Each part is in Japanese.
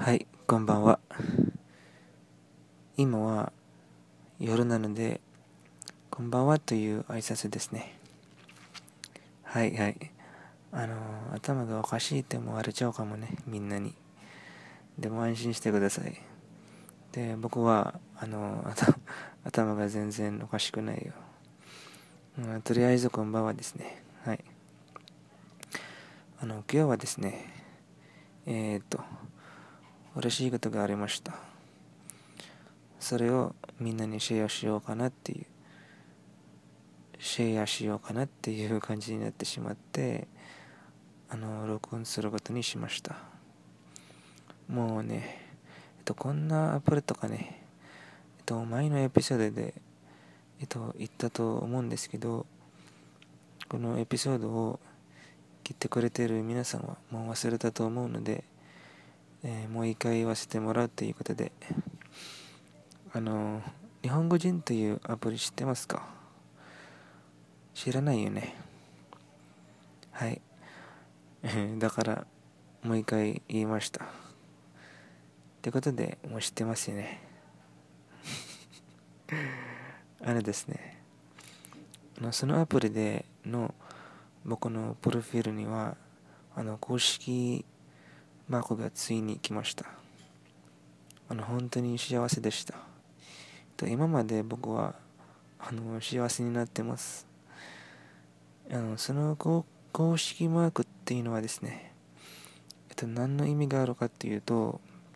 はい、こんばんは。今は夜なので、こんばんはという挨拶ですね。はいはい。頭がおかしいって思われちゃうかもね、みんなに。でも安心してください。で、僕は、頭が全然おかしくないよ。とりあえずこんばんはですね。はい。今日はですね、嬉しいことがありました。それをみんなにシェアしようかなっていう感じになってしまって、録音することにしました。もうね、こんなアプリとかね、前のエピソードで、言ったと思うんですけど、このエピソードを聞いてくれている皆さんはもう忘れたと思うので、もう一回言わせてもらうということで、日本語人というアプリ知ってますか？知らないよね。はい。だから、もう一回言いました。ってことで、もう知ってますよね。ですね、そのアプリでの僕のプロフィールには、公式マークがついに来ました。本当に幸せでした。今まで僕は、幸せになってます。その公式マークっていうのはですね、何の意味があるかっていうと、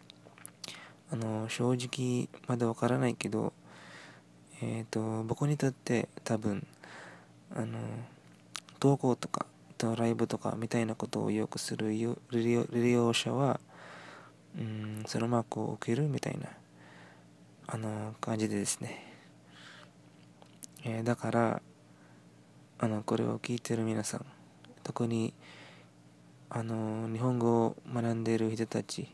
正直まだわからないけど、僕にとって多分、あの、投稿とか、ライブとかみたいなことをよくする利用者は、そのマークを受けるみたいな、感じでですね。だから、これを聞いてる皆さん、特に、日本語を学んでいる人たち、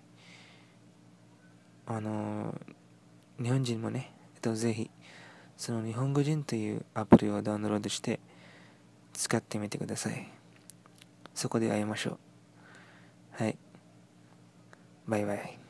日本人もね、ぜひ、その日本語人というアプリをダウンロードして使ってみてください。そこで会いましょう。はい。バイバイ。